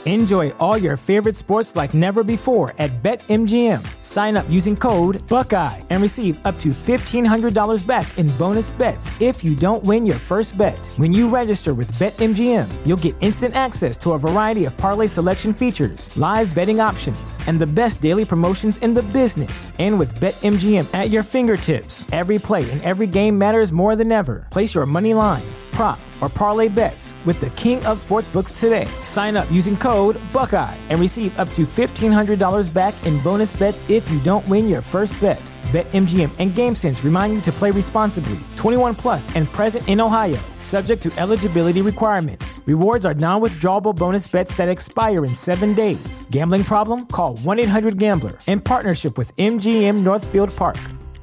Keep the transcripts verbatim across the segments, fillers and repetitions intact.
Enjoy all your favorite sports like never before at BetMGM. Sign up using code Buckeye and receive up to fifteen hundred dollars back in bonus bets if you don't win your first bet. When you register with BetMGM, you'll get instant access to a variety of parlay selection features, live betting options, and the best daily promotions in the business. And with BetMGM at your fingertips, every play and every game matters more than ever. Place your money line, prop, or parlay bets with the king of sportsbooks today. Sign up using code Buckeye and receive up to fifteen hundred dollars back in bonus bets if you don't win your first bet. BetMGM and GameSense remind you to play responsibly. twenty-one plus and present in Ohio, subject to eligibility requirements. Rewards are non-withdrawable bonus bets that expire in seven days. Gambling problem? Call one eight hundred gambler in partnership with M G M Northfield Park.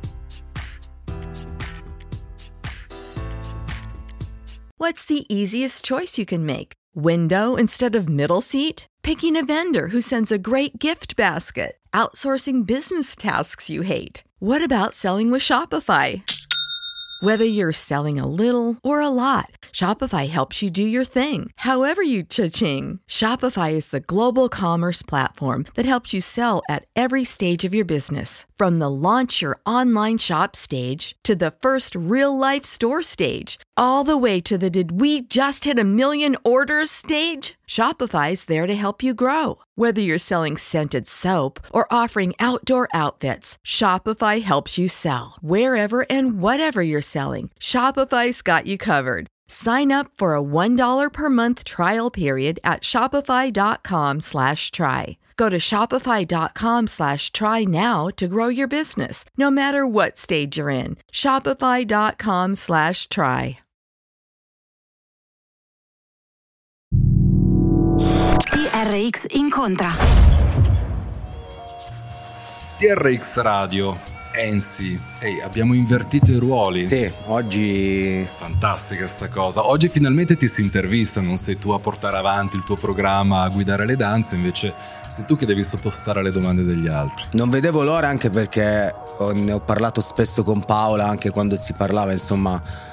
What's the easiest choice you can make? Window instead of middle seat? Picking a vendor who sends a great gift basket? Outsourcing business tasks you hate? What about selling with Shopify? Whether you're selling a little or a lot, Shopify helps you do your thing, however you cha-ching. Shopify is the global commerce platform that helps you sell at every stage of your business. From the launch your online shop stage to the first real-life store stage, all the way to the did we just hit a million orders stage? Shopify's there to help you grow. Whether you're selling scented soap or offering outdoor outfits, Shopify helps you sell. Wherever and whatever you're selling, Shopify's got you covered. Sign up for a one dollar per month trial period at shopify.com slash try. Go to shopify.com slash try now to grow your business, no matter what stage you're in. Shopify.com slash try. T R X incontra. T R X Radio, Ensi. Ehi, abbiamo invertito i ruoli. Sì, oggi... Fantastica sta cosa. Oggi finalmente ti si intervista, non sei tu a portare avanti il tuo programma, a guidare le danze, invece sei tu che devi sottostare alle domande degli altri. Non vedevo l'ora, anche perché ne ho parlato spesso con Paola, anche quando si parlava, insomma,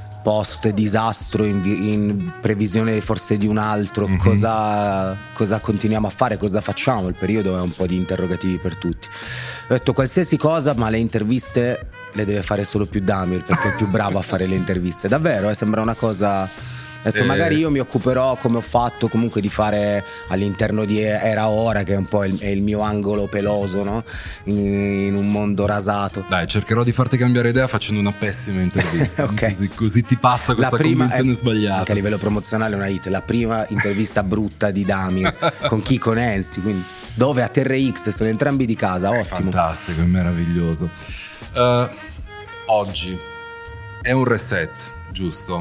post disastro, in, in previsione forse di un altro, mm-hmm. cosa, cosa continuiamo a fare, cosa facciamo? Il periodo è un po' di interrogativi per tutti. Ho detto qualsiasi cosa, ma le interviste le deve fare solo più Damir, perché è più bravo a fare le interviste. Davvero, eh, sembra una cosa... Ho detto, eh... magari io mi occuperò, come ho fatto comunque, di fare all'interno di Era Ora, che è un po' il, è il mio angolo peloso, no? In, in un mondo rasato. Dai, cercherò di farti cambiare idea facendo una pessima intervista. Okay. così, così ti passa questa convinzione sbagliata. Anche a livello promozionale è una hit. La prima intervista brutta di Damir con chi? Con Ensi, quindi dove a T R X sono entrambi di casa. È ottimo. Fantastico, è meraviglioso. uh, Oggi è un reset, giusto?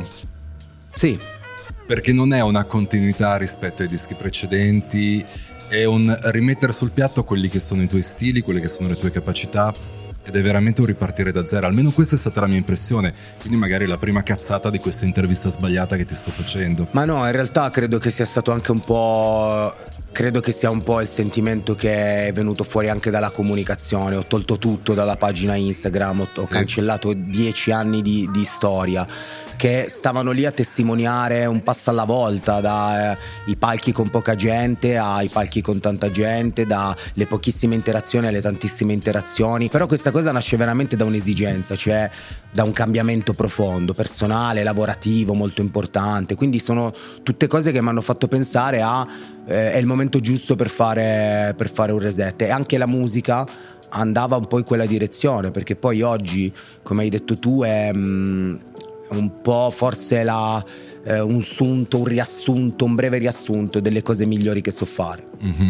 Sì. Perché non è una continuità rispetto ai dischi precedenti, è un rimettere sul piatto quelli che sono i tuoi stili, quelle che sono le tue capacità, ed è veramente un ripartire da zero. Almeno questa è stata la mia impressione, quindi magari la prima cazzata di questa intervista sbagliata che ti sto facendo. Ma no, in realtà credo che sia stato anche un po'... credo che sia un po' il sentimento che è venuto fuori anche dalla comunicazione. Ho tolto tutto dalla pagina Instagram, ho, ho sì. cancellato dieci anni di, di storia che stavano lì a testimoniare un passo alla volta, da eh, i palchi con poca gente ai palchi con tanta gente, dalle pochissime interazioni alle tantissime interazioni. Però questa cosa nasce veramente da un'esigenza, cioè da un cambiamento profondo, personale, lavorativo, molto importante. Quindi sono tutte cose che mi hanno fatto pensare a eh, è il momento giusto per fare, per fare un reset. E anche la musica andava un po' in quella direzione, perché poi oggi, come hai detto tu, è... Mh, un po' forse la, eh, un sunto, un riassunto, un breve riassunto delle cose migliori che so fare. Mm-hmm.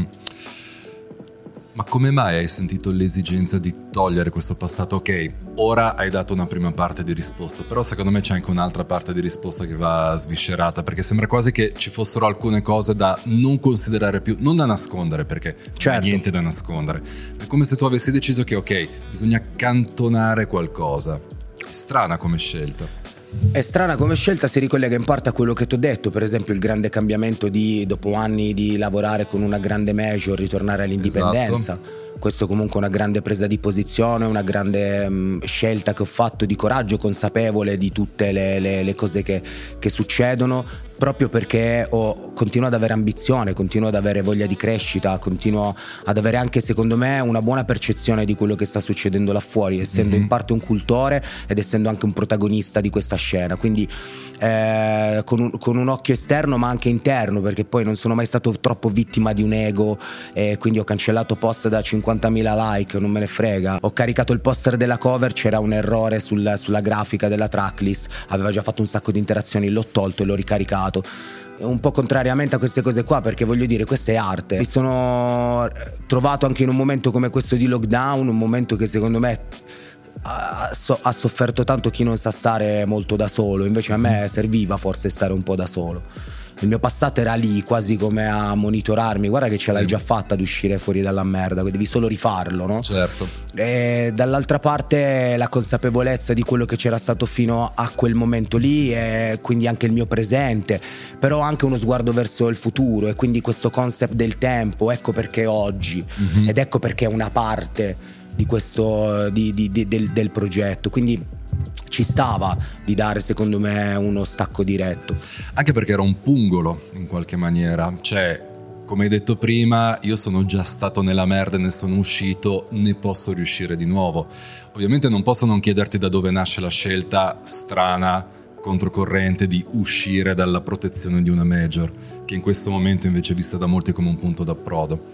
Ma come mai hai sentito l'esigenza di togliere questo passato? Ok, ora hai dato una prima parte di risposta, però secondo me c'è anche un'altra parte di risposta che va sviscerata, perché sembra quasi che ci fossero alcune cose da non considerare più, non da nascondere, perché certo. non c'è niente da nascondere. È come se tu avessi deciso che ok, bisogna accantonare qualcosa. È strana come scelta. È strana come scelta, si ricollega in parte a quello che ti ho detto, per esempio il grande cambiamento di, dopo anni di lavorare con una grande major, ritornare all'indipendenza. Esatto. Questo comunque è una grande presa di posizione, una grande mh, scelta che ho fatto, di coraggio, consapevole di tutte le, le, le cose che, che succedono. proprio perché ho, continuo ad avere ambizione, continuo ad avere voglia di crescita, continuo ad avere anche, secondo me, una buona percezione di quello che sta succedendo là fuori, essendo mm-hmm. in parte un cultore ed essendo anche un protagonista di questa scena, quindi eh, con, un, con un occhio esterno ma anche interno, perché poi non sono mai stato troppo vittima di un ego, e quindi ho cancellato post da cinquantamila like, non me ne frega, ho caricato il poster della cover, c'era un errore sul, sulla grafica della tracklist, aveva già fatto un sacco di interazioni, l'ho tolto e l'ho ricaricato, un po' contrariamente a queste cose qua, perché voglio dire, questa è arte. Mi sono trovato anche in un momento come questo di lockdown, un momento che secondo me ha, so, ha sofferto tanto chi non sa stare molto da solo, invece a me serviva forse stare un po' da solo. Il mio passato era lì quasi come a monitorarmi, guarda che ce l'hai sì. già fatta ad uscire fuori dalla merda, devi solo rifarlo, no? Certo. E dall'altra parte la consapevolezza di quello che c'era stato fino a quel momento lì, e quindi anche il mio presente, però anche uno sguardo verso il futuro, e quindi questo concept del tempo, ecco perché oggi, mm-hmm. ed ecco perché è una parte di questo di, di, di, del, del progetto, quindi ci stava di dare, secondo me, uno stacco diretto. Anche perché era un pungolo in qualche maniera, cioè, come hai detto prima, io sono già stato nella merda e ne sono uscito, ne posso riuscire di nuovo. Ovviamente non posso non chiederti da dove nasce la scelta strana, controcorrente, di uscire dalla protezione di una major, che in questo momento invece è vista da molti come un punto d'approdo.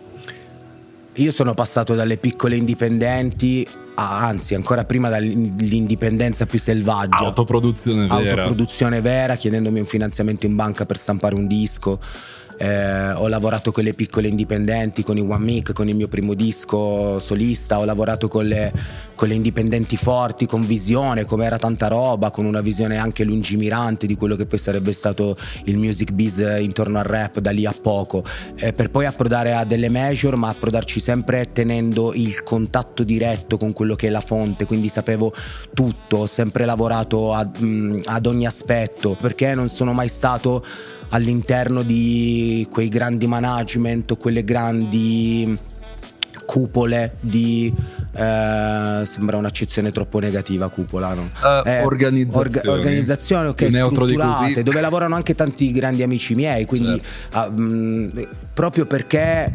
Io sono passato dalle piccole indipendenti a, anzi ancora prima dall'indipendenza più selvaggia, autoproduzione vera autoproduzione vera, chiedendomi un finanziamento in banca per stampare un disco. Eh, ho lavorato con le piccole indipendenti, con i One Mic, con il mio primo disco solista, ho lavorato con le, con le indipendenti forti, con visione, come era tanta roba, con una visione anche lungimirante di quello che poi sarebbe stato il music biz intorno al rap da lì a poco, eh, per poi approdare a delle major, ma approdarci sempre tenendo il contatto diretto con quello che è la fonte, quindi sapevo tutto, ho sempre lavorato ad, mh, ad ogni aspetto, perché non sono mai stato all'interno di quei grandi management o quelle grandi cupole di eh, sembra un'accezione troppo negativa, cupola, no? Uh, eh, organizzazioni orga, organizzazioni okay, strutturate, dove lavorano anche tanti grandi amici miei, quindi certo. uh, mh, proprio perché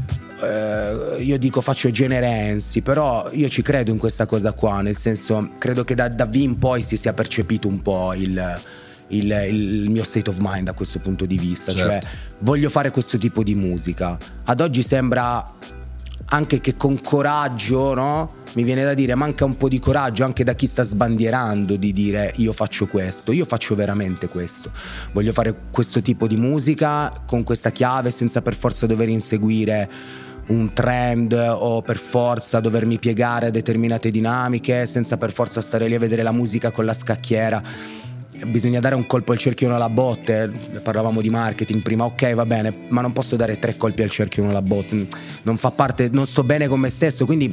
Uh, io dico faccio generensi, però io ci credo in questa cosa qua, nel senso, credo che da, da V in poi si sia percepito un po' il, il, il mio state of mind da questo punto di vista, certo. Cioè voglio fare questo tipo di musica. Ad oggi sembra anche che con coraggio, no? Mi viene da dire, manca un po' di coraggio anche da chi sta sbandierando di dire io faccio questo, io faccio veramente questo, voglio fare questo tipo di musica con questa chiave, senza per forza dover inseguire un trend o per forza dovermi piegare a determinate dinamiche, senza per forza stare lì a vedere la musica con la scacchiera. Bisogna dare un colpo al cerchio e uno alla botte. Parlavamo di marketing prima, ok, va bene, ma non posso dare tre colpi al cerchio e uno alla botte, non fa parte, non sto bene con me stesso. Quindi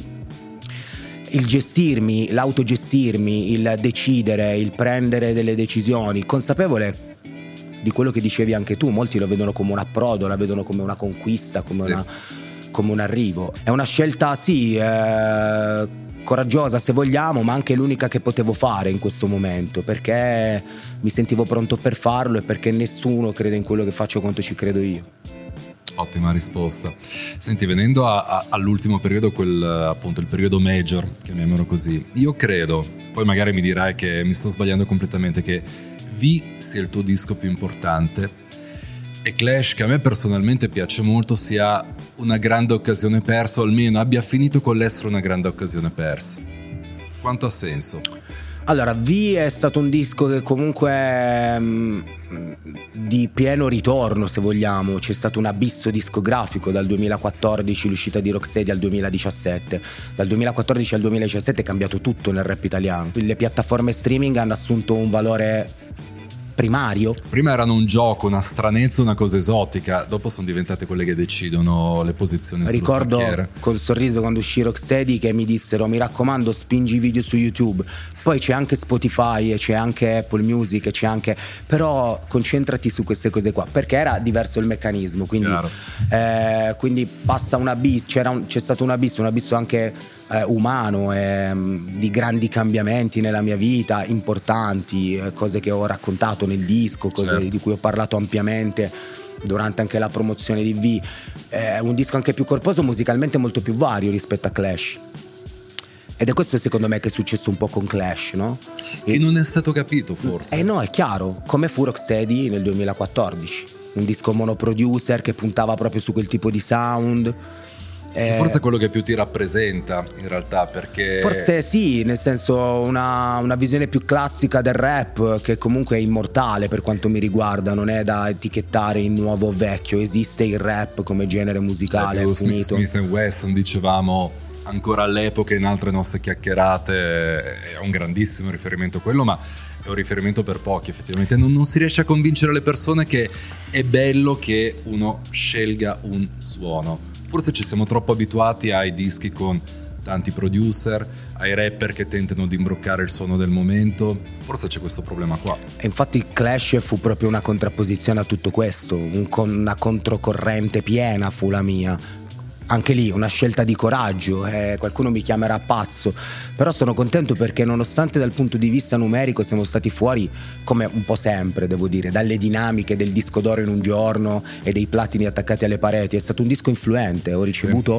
il gestirmi, l'autogestirmi, il decidere, il prendere delle decisioni, consapevole di quello che dicevi anche tu, molti lo vedono come un approdo, la vedono come una conquista, come sì. una come un arrivo. È una scelta sì eh, coraggiosa se vogliamo, ma anche l'unica che potevo fare in questo momento, perché mi sentivo pronto per farlo e perché nessuno crede in quello che faccio quanto ci credo io. Ottima risposta. Senti, venendo a, a, all'ultimo periodo, quel appunto il periodo major, chiamiamolo così, io credo, poi magari mi dirai che mi sto sbagliando completamente, che V sia il tuo disco più importante e Clash, che a me personalmente piace molto, sia una grande occasione persa, o almeno abbia finito con l'essere una grande occasione persa. Quanto ha senso? Allora, V è stato un disco che comunque mh, di pieno ritorno, se vogliamo. C'è stato un abisso discografico dal duemilaquattordici, l'uscita di Rocksteady, al duemiladiciassette. Dal duemilaquattordici al duemiladiciassette è cambiato tutto nel rap italiano. Le piattaforme streaming hanno assunto un valore primario. Prima erano un gioco, una stranezza, una cosa esotica, dopo sono diventate quelle che decidono le posizioni sullo Ricordo scacchiere. Col sorriso quando uscì Rocksteady che mi dissero: mi raccomando, spingi i video su YouTube. Poi c'è anche Spotify e c'è anche Apple Music e c'è anche, però concentrati su queste cose qua, perché era diverso il meccanismo, quindi, eh, quindi passa un abisso, c'era un, c'è stato un abisso un abisso anche eh, umano, e mh, di grandi cambiamenti nella mia vita, importanti, eh, cose che ho raccontato nel disco, cose certo. di cui ho parlato ampiamente durante anche la promozione di V. È un disco anche più corposo, musicalmente molto più vario rispetto a Clash. Ed è questo secondo me che è successo un po' con Clash, no? Che E, non è stato capito forse. eh no, è chiaro, come fu Rocksteady nel duemilaquattordici, un disco monoproducer che puntava proprio su quel tipo di sound. Che Eh, forse è quello che più ti rappresenta in realtà, perché Forse sì, nel senso una, una visione più classica del rap, che comunque è immortale per quanto mi riguarda, non è da etichettare in nuovo o vecchio, esiste il rap come genere musicale, è Smith, finito. Smith and Wesson, dicevamo ancora all'epoca in altre nostre chiacchierate, è un grandissimo riferimento quello, ma è un riferimento per pochi effettivamente. Non, non si riesce a convincere le persone che è bello che uno scelga un suono. Forse ci siamo troppo abituati ai dischi con tanti producer, ai rapper che tentano di imbroccare il suono del momento. Forse c'è questo problema qua. E infatti Clash fu proprio una contrapposizione a tutto questo, un con- una controcorrente piena fu la mia. Anche lì una scelta di coraggio, eh, qualcuno mi chiamerà pazzo, però sono contento perché nonostante dal punto di vista numerico siamo stati fuori, come un po' sempre devo dire, dalle dinamiche del disco d'oro in un giorno e dei platini attaccati alle pareti. È stato un disco influente, ho ricevuto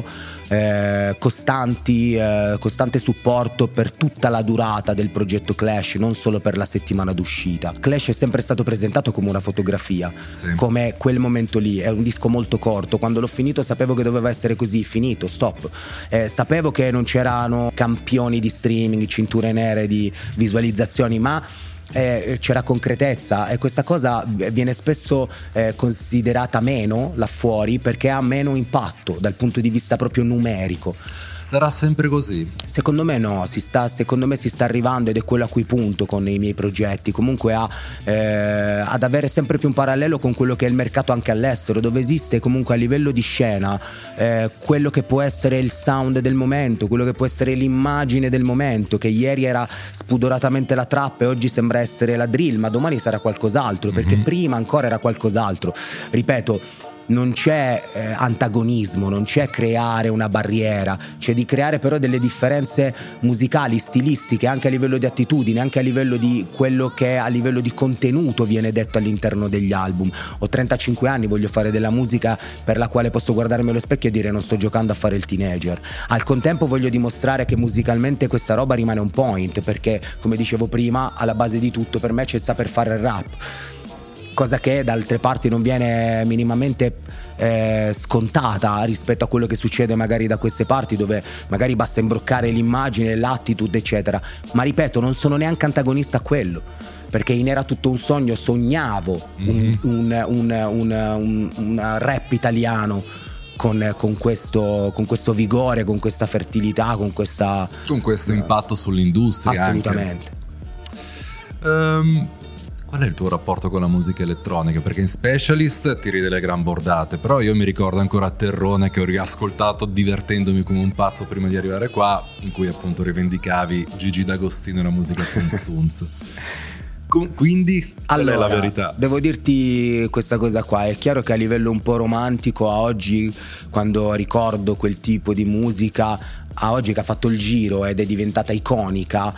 eh, costanti, eh, costante supporto per tutta la durata del progetto Clash, non solo per la settimana d'uscita. Clash è sempre stato presentato come una fotografia, Sì. come quel momento lì. È un disco molto corto, quando l'ho finito sapevo che doveva essere così, finito, stop. Eh, sapevo che non c'erano campioni di streaming, cinture nere di visualizzazioni, ma eh, c'era concretezza, e questa cosa viene spesso eh, considerata meno là fuori perché ha meno impatto dal punto di vista proprio numerico. Sarà sempre così? Secondo me no, si sta, secondo me si sta arrivando, ed è quello a cui punto con i miei progetti, comunque a, eh, ad avere sempre più un parallelo con quello che è il mercato anche all'estero, dove esiste comunque a livello di scena eh, quello che può essere il sound del momento, quello che può essere l'immagine del momento, che ieri era spudoratamente la trap e oggi sembra essere la drill, ma domani sarà qualcos'altro, perché Mhm. prima ancora era qualcos'altro. Ripeto, non c'è eh, antagonismo, non c'è creare una barriera, c'è di creare però delle differenze musicali, stilistiche, anche a livello di attitudine, anche a livello di quello che a livello di contenuto viene detto all'interno degli album. Ho trentacinque anni, voglio fare della musica per la quale posso guardarmi allo specchio e dire non sto giocando a fare il teenager. Al contempo voglio dimostrare che musicalmente questa roba rimane un point, perché come dicevo prima, alla base di tutto per me c'è il saper fare il rap, cosa che da altre parti non viene minimamente eh, scontata rispetto a quello che succede magari da queste parti, dove magari basta imbroccare l'immagine, l'attitude eccetera. Ma ripeto, non sono neanche antagonista a quello, perché in Era tutto un sogno sognavo Mm-hmm. un, un, un, un, un, un rap italiano con, con, questo, con questo vigore, con questa fertilità, con questa Con questo impatto sull'industria assolutamente. anche. Ehm, Qual è il tuo rapporto con la musica elettronica? Perché in Specialist tiri delle gran bordate, però io mi ricordo ancora Terrone, che ho riascoltato divertendomi come un pazzo prima di arrivare qua, in cui appunto rivendicavi Gigi D'Agostino e la musica Tunz Tunz. Com- quindi qual Allora, è la verità? devo dirti questa cosa qua. È chiaro che a livello un po' romantico, a oggi, quando ricordo quel tipo di musica, a oggi che ha fatto il giro ed è diventata iconica,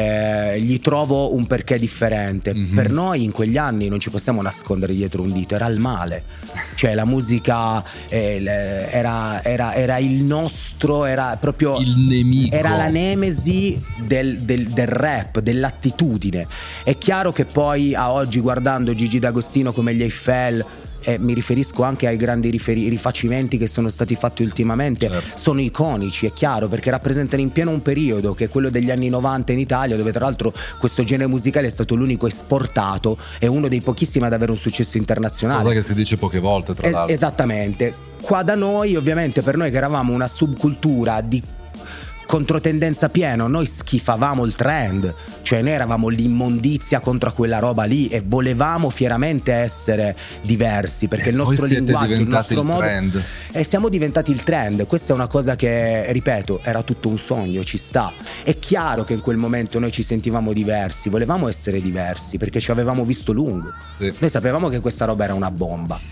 eh, gli trovo un perché differente. Mhm. Per noi in quegli anni non ci possiamo nascondere dietro un dito, era il male. Cioè la musica eh, le- era, era, era il nostro, era proprio Il nemico. era la nemesi del, del, del rap, dell'attitudine. È chiaro che poi a oggi, guardando Gigi D'Agostino come gli Eiffel, e mi riferisco anche ai grandi riferi- rifacimenti che sono stati fatti ultimamente, Certo. sono iconici, è chiaro, perché rappresentano in pieno un periodo che è quello degli anni novanta in Italia, dove tra l'altro questo genere musicale è stato l'unico esportato e uno dei pochissimi ad avere un successo internazionale. Cosa che si dice poche volte, tra Es- l'altro. esattamente. Qua da noi, ovviamente, per noi che eravamo una subcultura di controtendenza pieno, noi schifavamo il trend, cioè noi eravamo l'immondizia contro quella roba lì e volevamo fieramente essere diversi, perché E il poi nostro siete linguaggio, il diventati nostro il modo, trend. e siamo diventati il trend. Questa è una cosa che, ripeto, era tutto un sogno, ci sta. È chiaro che in quel momento noi ci sentivamo diversi, volevamo essere diversi perché ci avevamo visto lungo. Sì. Noi sapevamo che questa roba era una bomba.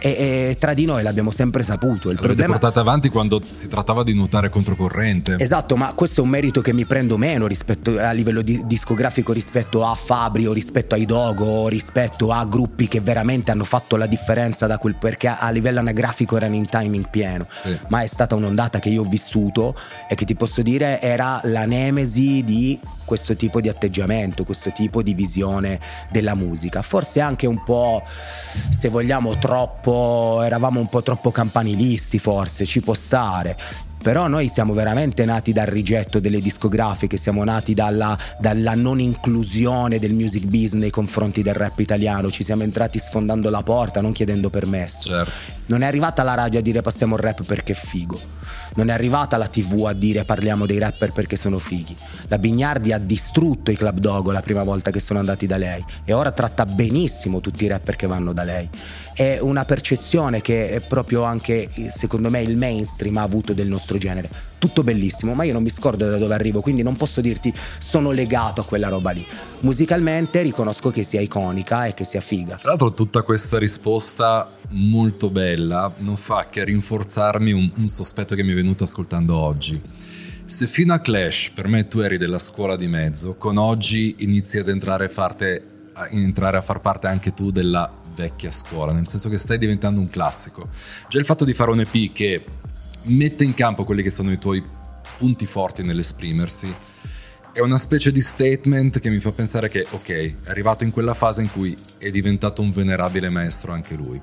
e, e tra di noi l'abbiamo sempre saputo. Il L'avete problema portata avanti quando si trattava di nuotare controcorrente. Esatto, ma questo è un merito che mi prendo meno rispetto a livello di, discografico rispetto a Fabri o rispetto ai Dogo o rispetto a gruppi che veramente hanno fatto la differenza da quel, perché a livello anagrafico erano in timing pieno. Sì. Ma è stata un'ondata che io ho vissuto e che ti posso dire era la nemesi di questo tipo di atteggiamento, questo tipo di visione della musica. Forse anche un po', se vogliamo, troppo, eravamo un po' troppo campanilisti, forse, ci può stare. Però noi siamo veramente nati dal rigetto delle discografiche, siamo nati dalla, dalla non inclusione del music business nei confronti del rap italiano, ci siamo entrati sfondando la porta, non chiedendo permesso. Certo. Non è arrivata la radio a dire passiamo il rap perché è figo, non è arrivata la tivù a dire parliamo dei rapper perché sono fighi. La Bignardi ha distrutto i Club Dogo la prima volta che sono andati da lei e ora tratta benissimo tutti i rapper che vanno da lei. È una percezione che è proprio anche, secondo me, il mainstream ha avuto del nostro genere. Tutto bellissimo, ma io non mi scordo da dove arrivo, quindi non posso dirti sono legato a quella roba lì. Musicalmente riconosco che sia iconica e che sia figa. Tra l'altro tutta questa risposta molto bella non fa che rinforzarmi un, un sospetto che mi è venuto ascoltando oggi. Se fino a Clash per me tu eri della scuola di mezzo, con oggi inizi ad entrare a, farte, a, entrare a far parte anche tu della vecchia scuola, nel senso che stai diventando un classico. Già il fatto di fare un E P che mette in campo quelli che sono i tuoi punti forti nell'esprimersi è una specie di statement che mi fa pensare che ok, è arrivato in quella fase in cui è diventato un venerabile maestro anche lui.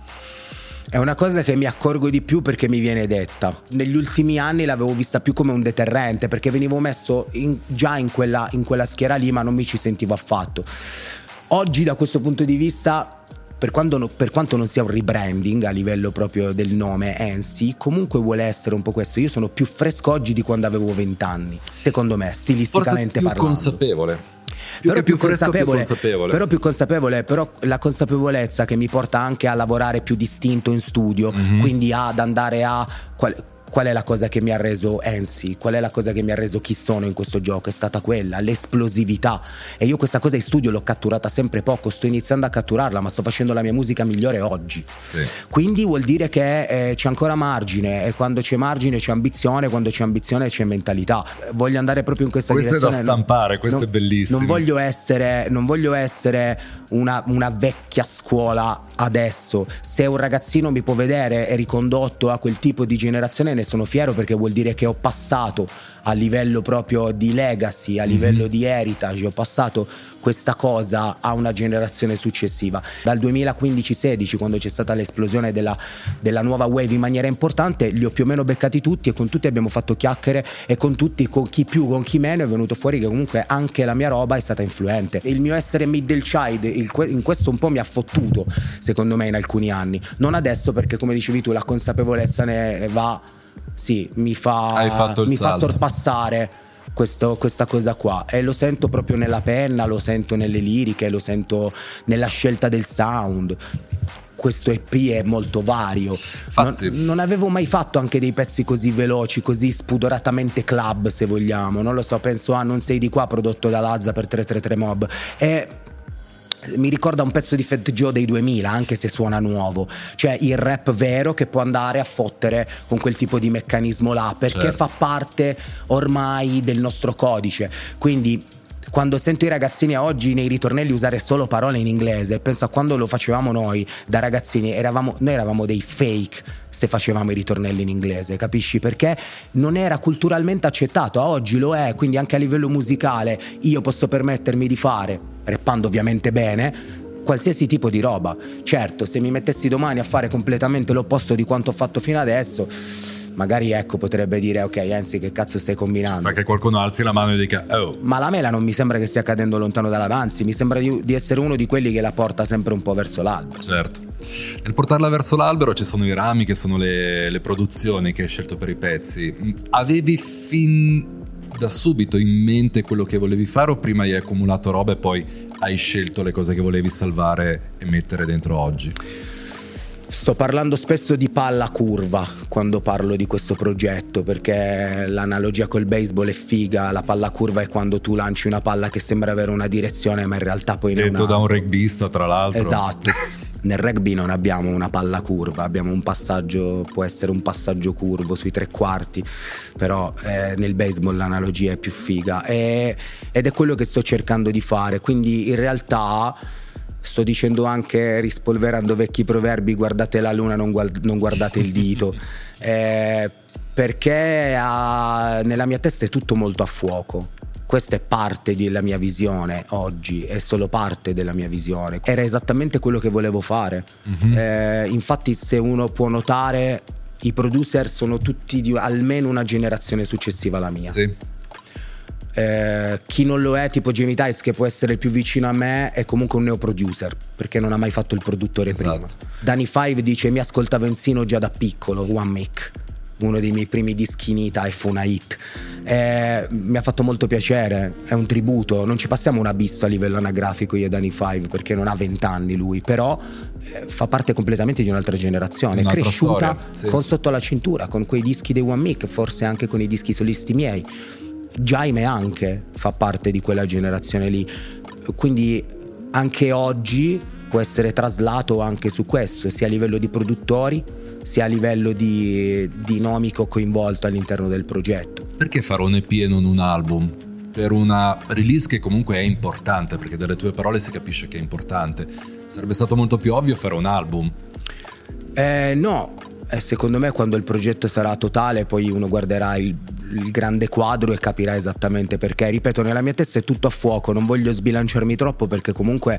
È una cosa che mi accorgo di più perché mi viene detta. Negli ultimi anni l'avevo vista più come un deterrente, perché venivo messo in, già in quella, in quella schiera lì, ma non mi ci sentivo affatto. Oggi da questo punto di vista, per quanto, per quanto non sia un rebranding a livello proprio del nome Ensi, comunque vuole essere un po' questo. Io sono più fresco oggi di quando avevo vent'anni, secondo me, stilisticamente parlando. Forse più parlando. consapevole. Più Però che più, più, fresco, consapevole, più consapevole. Però più consapevole, però la consapevolezza che mi porta anche a lavorare più distinto in studio, mm-hmm. quindi ad andare a... Qual, Qual è la cosa che mi ha reso Ensi? Qual è la cosa che mi ha reso chi sono in questo gioco? È stata quella, l'esplosività. E io questa cosa in studio l'ho catturata sempre poco, sto iniziando a catturarla, ma sto facendo la mia musica migliore oggi. Sì. Quindi vuol dire che eh, c'è ancora margine, e quando c'è margine c'è ambizione, quando c'è ambizione c'è mentalità. Voglio andare proprio in questa questo direzione. Questo è da stampare, questo non, è bellissimo. Non voglio essere, non voglio essere una, una vecchia scuola adesso. Se un ragazzino mi può vedere e ricondotto a quel tipo di generazione, ne sono fiero, perché vuol dire che ho passato a livello proprio di legacy, a livello mm-hmm. di heritage, ho passato questa cosa a una generazione successiva. Dal duemilaquindici sedici, quando c'è stata l'esplosione della, della nuova wave in maniera importante, li ho più o meno beccati tutti e con tutti abbiamo fatto chiacchiere, e con tutti, con chi più, con chi meno, è venuto fuori che comunque anche la mia roba è stata influente. Il mio essere middle child il, in questo un po' mi ha fottuto, secondo me, in alcuni anni. Non adesso, perché come dicevi tu, la consapevolezza ne va... Sì, mi fa, mi fa sorpassare questo, questa cosa qua, e lo sento proprio nella penna, lo sento nelle liriche, lo sento nella scelta del sound. Questo E P è molto vario. Non, non avevo mai fatto anche dei pezzi così veloci, così spudoratamente club, se vogliamo. Non lo so, penso a Non sei di qua, prodotto da Lazza per tre tre tre Mob. E mi ricorda un pezzo di Fat Joe dei duemila, anche se suona nuovo. Cioè il rap vero che può andare a fottere con quel tipo di meccanismo là, perché certo. fa parte ormai del nostro codice. Quindi quando sento i ragazzini oggi nei ritornelli usare solo parole in inglese, penso a quando lo facevamo noi da ragazzini. Eravamo, noi eravamo dei fake se facevamo i ritornelli in inglese, capisci? Perché non era culturalmente accettato. Oggi lo è, quindi anche a livello musicale io posso permettermi di fare, rappando ovviamente bene, qualsiasi tipo di roba. Certo, se mi mettessi domani a fare completamente l'opposto di quanto ho fatto fino adesso, magari ecco potrebbe dire ok Ensi, che cazzo stai combinando? Sta che qualcuno alzi la mano e dica oh. Ma la mela non mi sembra che stia cadendo lontano dall'avanzi, mi sembra di, di essere uno di quelli che la porta sempre un po' verso l'albero. Certo, nel portarla verso l'albero ci sono i rami, che sono le, le produzioni che hai scelto per i pezzi. Avevi fin da subito in mente quello che volevi fare, o prima hai accumulato roba e poi hai scelto le cose che volevi salvare e mettere dentro oggi? Sto parlando spesso di palla curva quando parlo di questo progetto, perché l'analogia col baseball è figa. La palla curva è quando tu lanci una palla che sembra avere una direzione, ma in realtà poi non ha. Detto da un rugbista, tra l'altro. Esatto. Nel rugby non abbiamo una palla curva, abbiamo un passaggio, può essere un passaggio curvo sui tre quarti, però eh, nel baseball l'analogia è più figa e, ed è quello che sto cercando di fare. Quindi in realtà sto dicendo anche, rispolverando vecchi proverbi, guardate la luna, non, guard- non guardate il dito, eh, perché ha, nella mia testa è tutto molto a fuoco. Questa è parte della mia visione oggi, è solo parte della mia visione. Era esattamente quello che volevo fare. Mm-hmm. Eh, infatti, se uno può notare, i producer sono tutti di almeno una generazione successiva alla mia. Sì. Eh, chi non lo è, tipo Jamie Tights, che può essere il più vicino a me, è comunque un neo producer, perché non ha mai fatto il produttore, esatto, prima. Danny Five dice: mi ascoltavo Enzino già da piccolo, One Mic, uno dei miei primi dischi in Ita, e fu una hit. Eh, mi ha fatto molto piacere, è un tributo. Non ci passiamo un abisso a livello anagrafico io e Danny Five, perché non ha vent'anni lui, però eh, fa parte completamente di un'altra generazione, è cresciuta storia, sì, con sotto la cintura, con quei dischi dei One Mic, forse anche con i dischi solisti miei. Jaime anche fa parte di quella generazione lì, quindi anche oggi può essere traslato anche su questo, sia a livello di produttori sia a livello di dinamico coinvolto all'interno del progetto. Perché fare un E P e non un album? Per una release che comunque è importante, perché dalle tue parole si capisce che è importante. Sarebbe stato molto più ovvio fare un album. Eh, no, eh, secondo me quando il progetto sarà totale poi uno guarderà il, il grande quadro e capirà esattamente perché. Ripeto, nella mia testa è tutto a fuoco, non voglio sbilanciarmi troppo perché comunque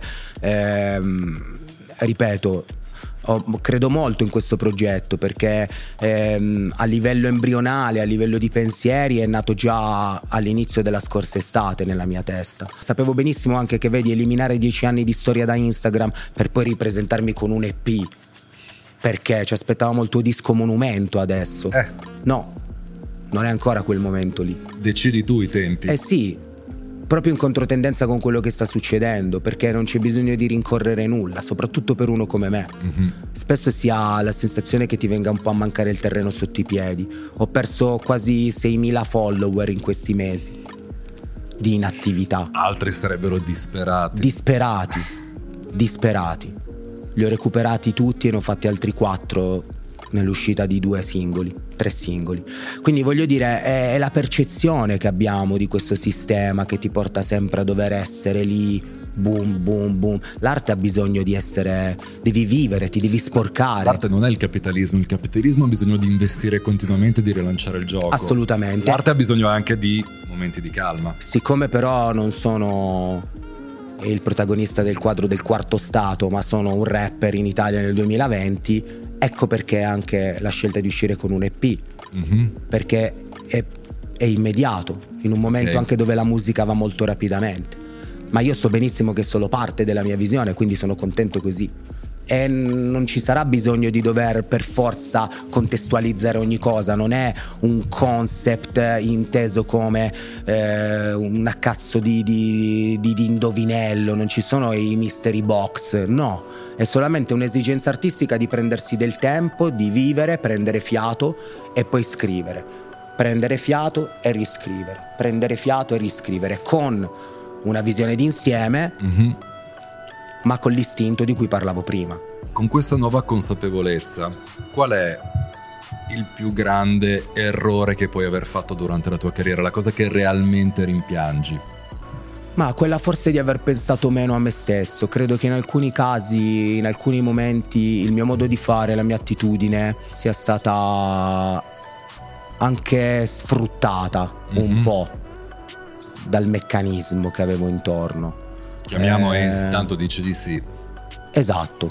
ehm, ripeto, Oh, credo molto in questo progetto perché ehm, a livello embrionale, a livello di pensieri è nato già all'inizio della scorsa estate nella mia testa. Sapevo benissimo anche che, vedi, eliminare dieci anni di storia da Instagram per poi ripresentarmi con un E P, perché ci aspettavamo il tuo disco monumento adesso. Eh. No, non è ancora quel momento lì. Decidi tu i tempi. Eh sì, proprio in controtendenza con quello che sta succedendo, perché non c'è bisogno di rincorrere nulla, soprattutto per uno come me. Mm-hmm. Spesso si ha la sensazione che ti venga un po' a mancare il terreno sotto i piedi. Ho perso quasi seimila follower in questi mesi di inattività. Altri sarebbero disperati. Disperati, disperati. Li ho recuperati tutti e ne ho fatti altri quattro nell'uscita di due singoli, tre singoli. Quindi voglio dire, è, è la percezione che abbiamo di questo sistema che ti porta sempre a dover essere lì, boom, boom, boom. L'arte ha bisogno di essere, devi vivere, ti devi sporcare. L'arte non è il capitalismo, il capitalismo ha bisogno di investire continuamente e di rilanciare il gioco. Assolutamente. L'arte ha bisogno anche di momenti di calma. Siccome però non sono il protagonista del quadro del quarto stato, ma sono un rapper in Italia nel duemilaventi, ecco perché anche la scelta di uscire con un E P, mm-hmm. perché è, è immediato, in un momento okay. anche dove la musica va molto rapidamente, ma io so benissimo che è solo parte della mia visione, quindi sono contento così e non ci sarà bisogno di dover per forza contestualizzare ogni cosa. Non è un concept inteso come eh, una cazzo di, di, di, di indovinello, non ci sono i mystery box, no, è solamente un'esigenza artistica di prendersi del tempo, di vivere, prendere fiato e poi scrivere, prendere fiato e riscrivere, prendere fiato e riscrivere con una visione d'insieme, mm-hmm. ma con l'istinto di cui parlavo prima. Con questa nuova consapevolezza, qual è il più grande errore che puoi aver fatto durante la tua carriera, la cosa che realmente rimpiangi? Ma quella forse di aver pensato meno a me stesso. Credo che in alcuni casi, in alcuni momenti, il mio modo di fare, la mia attitudine sia stata anche sfruttata mm-hmm. un po' dal meccanismo che avevo intorno. Chiamiamo eh, Enzi, tanto dice di sì. Esatto.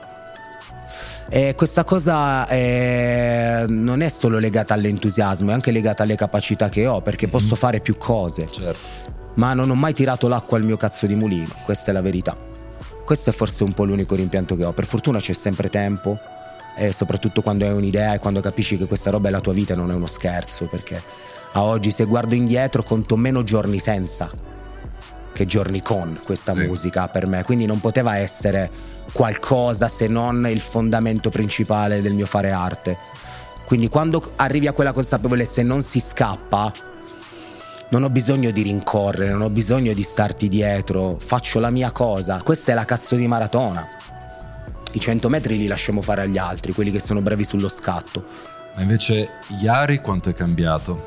E questa cosa è, non è solo legata all'entusiasmo, è anche legata alle capacità che ho, perché mm-hmm. posso fare più cose. Certo. Ma non ho mai tirato l'acqua al mio cazzo di mulino, questa è la verità. Questo è forse un po' l'unico rimpianto che ho. Per fortuna c'è sempre tempo, e soprattutto quando hai un'idea e quando capisci che questa roba è la tua vita, non è uno scherzo, perché a oggi, se guardo indietro, conto meno giorni senza che giorni con questa sì. musica per me, quindi non poteva essere qualcosa se non il fondamento principale del mio fare arte. Quindi quando arrivi a quella consapevolezza e non si scappa, non ho bisogno di rincorrere, non ho bisogno di starti dietro, faccio la mia cosa. Questa è la cazzo di maratona. I cento metri li lasciamo fare agli altri, quelli che sono bravi sullo scatto. Ma invece Jari quanto è cambiato?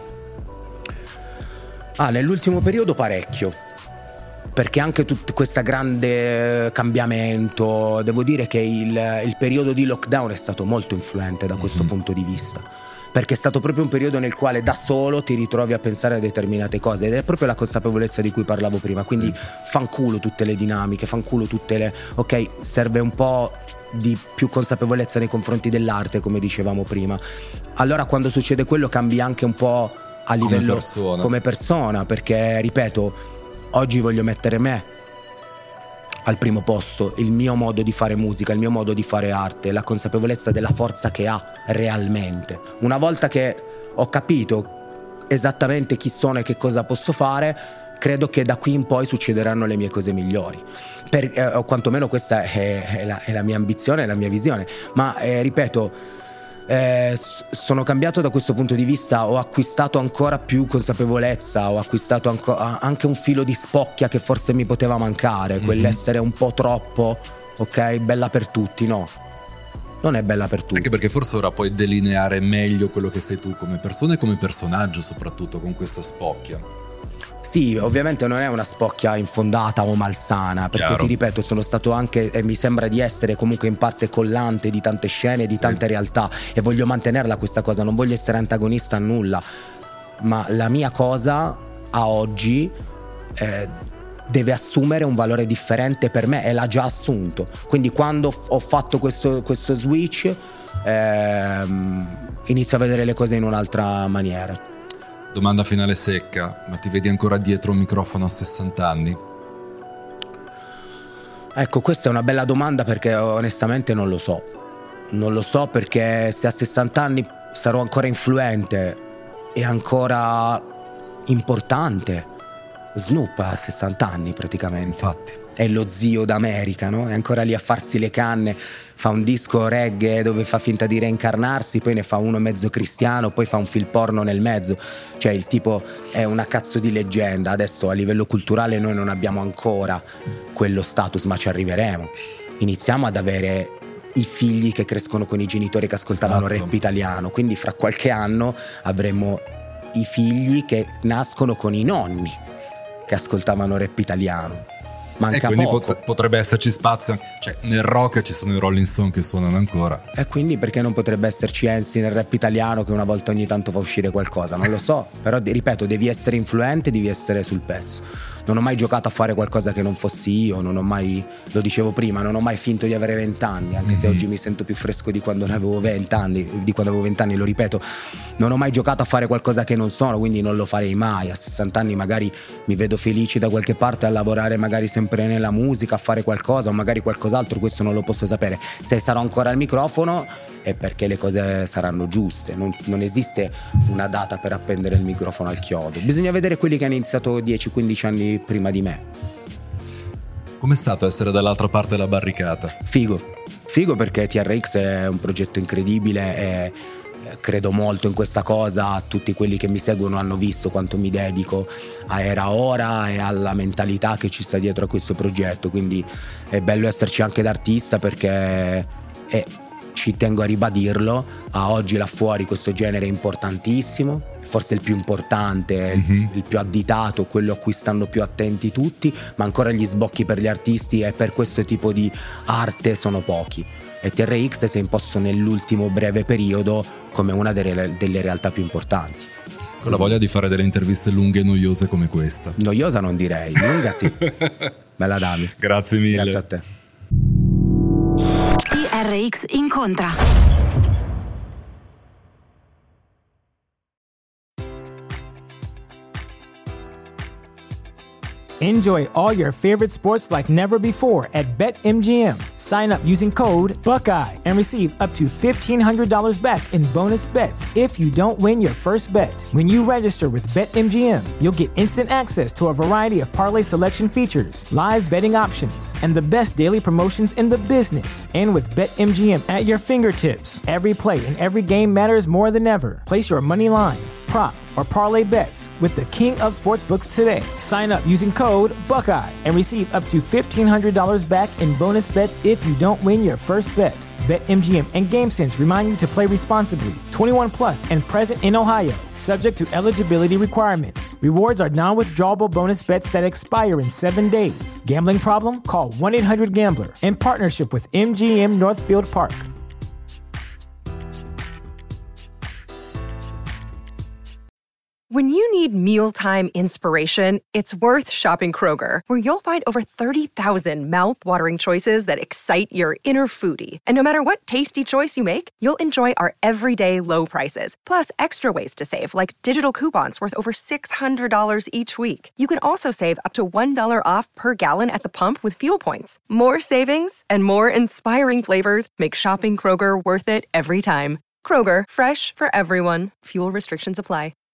Ah, nell'ultimo periodo parecchio, perché anche tutto questo grande cambiamento, devo dire che il, il periodo di lockdown è stato molto influente da questo mm-hmm. punto di vista, perché è stato proprio un periodo nel quale da solo ti ritrovi a pensare a determinate cose, ed è proprio la consapevolezza di cui parlavo prima, quindi sì. fanculo tutte le dinamiche, fanculo tutte le... ok, serve un po' di più consapevolezza nei confronti dell'arte, come dicevamo prima. Allora quando succede quello cambi anche un po' a livello come persona, come persona perché ripeto, oggi voglio mettere me al primo posto, il mio modo di fare musica, il mio modo di fare arte, la consapevolezza della forza che ha realmente. Una volta che ho capito esattamente chi sono e che cosa posso fare, credo che da qui in poi succederanno le mie cose migliori, per, eh, o quantomeno questa è, è, la, è la mia ambizione, è la mia visione. Ma eh, ripeto, eh, sono cambiato da questo punto di vista, ho acquistato ancora più consapevolezza, ho acquistato anco, anche un filo di spocchia che forse mi poteva mancare, mm-hmm. quell'essere un po' troppo, ok, bella per tutti, no, non è bella per tutti. Anche perché forse ora puoi delineare meglio quello che sei tu come persona e come personaggio, soprattutto con questa spocchia. Sì, ovviamente non è una spocchia infondata o malsana, perché Chiaro. ti ripeto, sono stato anche, e mi sembra di essere comunque in parte collante di tante scene, di sì. tante realtà, e voglio mantenerla questa cosa, non voglio essere antagonista a nulla, ma la mia cosa a oggi eh, deve assumere un valore differente per me, e l'ha già assunto. Quindi quando ho fatto questo, questo switch ehm, inizio a vedere le cose in un'altra maniera. Domanda finale secca, ma ti vedi ancora dietro un microfono a sessanta anni? Ecco, questa è una bella domanda, perché onestamente non lo so. Non lo so, perché se a sessanta anni sarò ancora influente e ancora importante. Snoop ha sessanta anni praticamente. Infatti. È lo zio d'America, no? È ancora lì a farsi le canne, fa un disco reggae dove fa finta di reincarnarsi, poi ne fa uno mezzo cristiano, poi fa un film porno nel mezzo. Cioè il tipo è una cazzo di leggenda. Adesso a livello culturale noi non abbiamo ancora quello status, ma ci arriveremo. Iniziamo ad avere i figli che crescono con i genitori che ascoltavano esatto. rap italiano, quindi fra qualche anno avremo i figli che nascono con i nonni che ascoltavano rap italiano. Manca e quindi poco. pot- potrebbe esserci spazio, cioè nel rock ci sono i Rolling Stone che suonano ancora, e quindi perché non potrebbe esserci Ensi nel rap italiano che una volta ogni tanto fa uscire qualcosa, non lo so. Però ripeto, devi essere influente, devi essere sul pezzo. Non ho mai giocato a fare qualcosa che non fossi io, non ho mai, lo dicevo prima, non ho mai finto di avere vent'anni, anche mm-hmm. se oggi mi sento più fresco di quando ne avevo vent'anni, di quando avevo vent'anni, lo ripeto. Non ho mai giocato a fare qualcosa che non sono, quindi non lo farei mai. A sessanta anni magari mi vedo felice da qualche parte a lavorare magari sempre nella musica, a fare qualcosa o magari qualcos'altro, questo non lo posso sapere. Se sarò ancora al microfono è perché le cose saranno giuste, non, non esiste una data per appendere il microfono al chiodo. Bisogna vedere quelli che hanno iniziato dieci quindici anni prima di me. Com'è stato essere dall'altra parte della barricata? Figo, figo perché T R X è un progetto incredibile e credo molto in questa cosa. Tutti quelli che mi seguono hanno visto quanto mi dedico a Era Ora e alla mentalità che ci sta dietro a questo progetto, quindi è bello esserci anche da artista, perché è, ci tengo a ribadirlo, a oggi là fuori questo genere è importantissimo, forse il più importante, mm-hmm. il più additato, quello a cui stanno più attenti tutti, ma ancora gli sbocchi per gli artisti e per questo tipo di arte sono pochi, e T R X si è imposto nell'ultimo breve periodo come una delle, delle realtà più importanti. Con la voglia di fare delle interviste lunghe e noiose come questa. Noiosa non direi, lunga sì. Bella Dami. Grazie mille. Grazie a te. T R X incontra. Enjoy all your favorite sports like never before at BetMGM. Sign up using code Buckeye and receive up to fifteen hundred dollars back in bonus bets if you don't win your first bet. When you register with BetMGM, you'll get instant access to a variety of parlay selection features, live betting options, and the best daily promotions in the business. And with BetMGM at your fingertips, every play and every game matters more than ever. Place your money line, prop, or parlay bets with the king of sportsbooks today. Sign up using code Buckeye and receive up to fifteen hundred dollars back in bonus bets if you don't win your first bet. BetMGM and GameSense remind you to play responsibly. twenty-one plus and present in Ohio, subject to eligibility requirements. Rewards are non-withdrawable bonus bets that expire in seven days. Gambling problem? Call one eight hundred gambler in partnership with M G M Northfield Park. When you need mealtime inspiration, it's worth shopping Kroger, where you'll find over thirty thousand mouth-watering choices that excite your inner foodie. And no matter what tasty choice you make, you'll enjoy our everyday low prices, plus extra ways to save, like digital coupons worth over six hundred dollars each week. You can also save up to one dollar off per gallon at the pump with fuel points. More savings and more inspiring flavors make shopping Kroger worth it every time. Kroger, fresh for everyone. Fuel restrictions apply.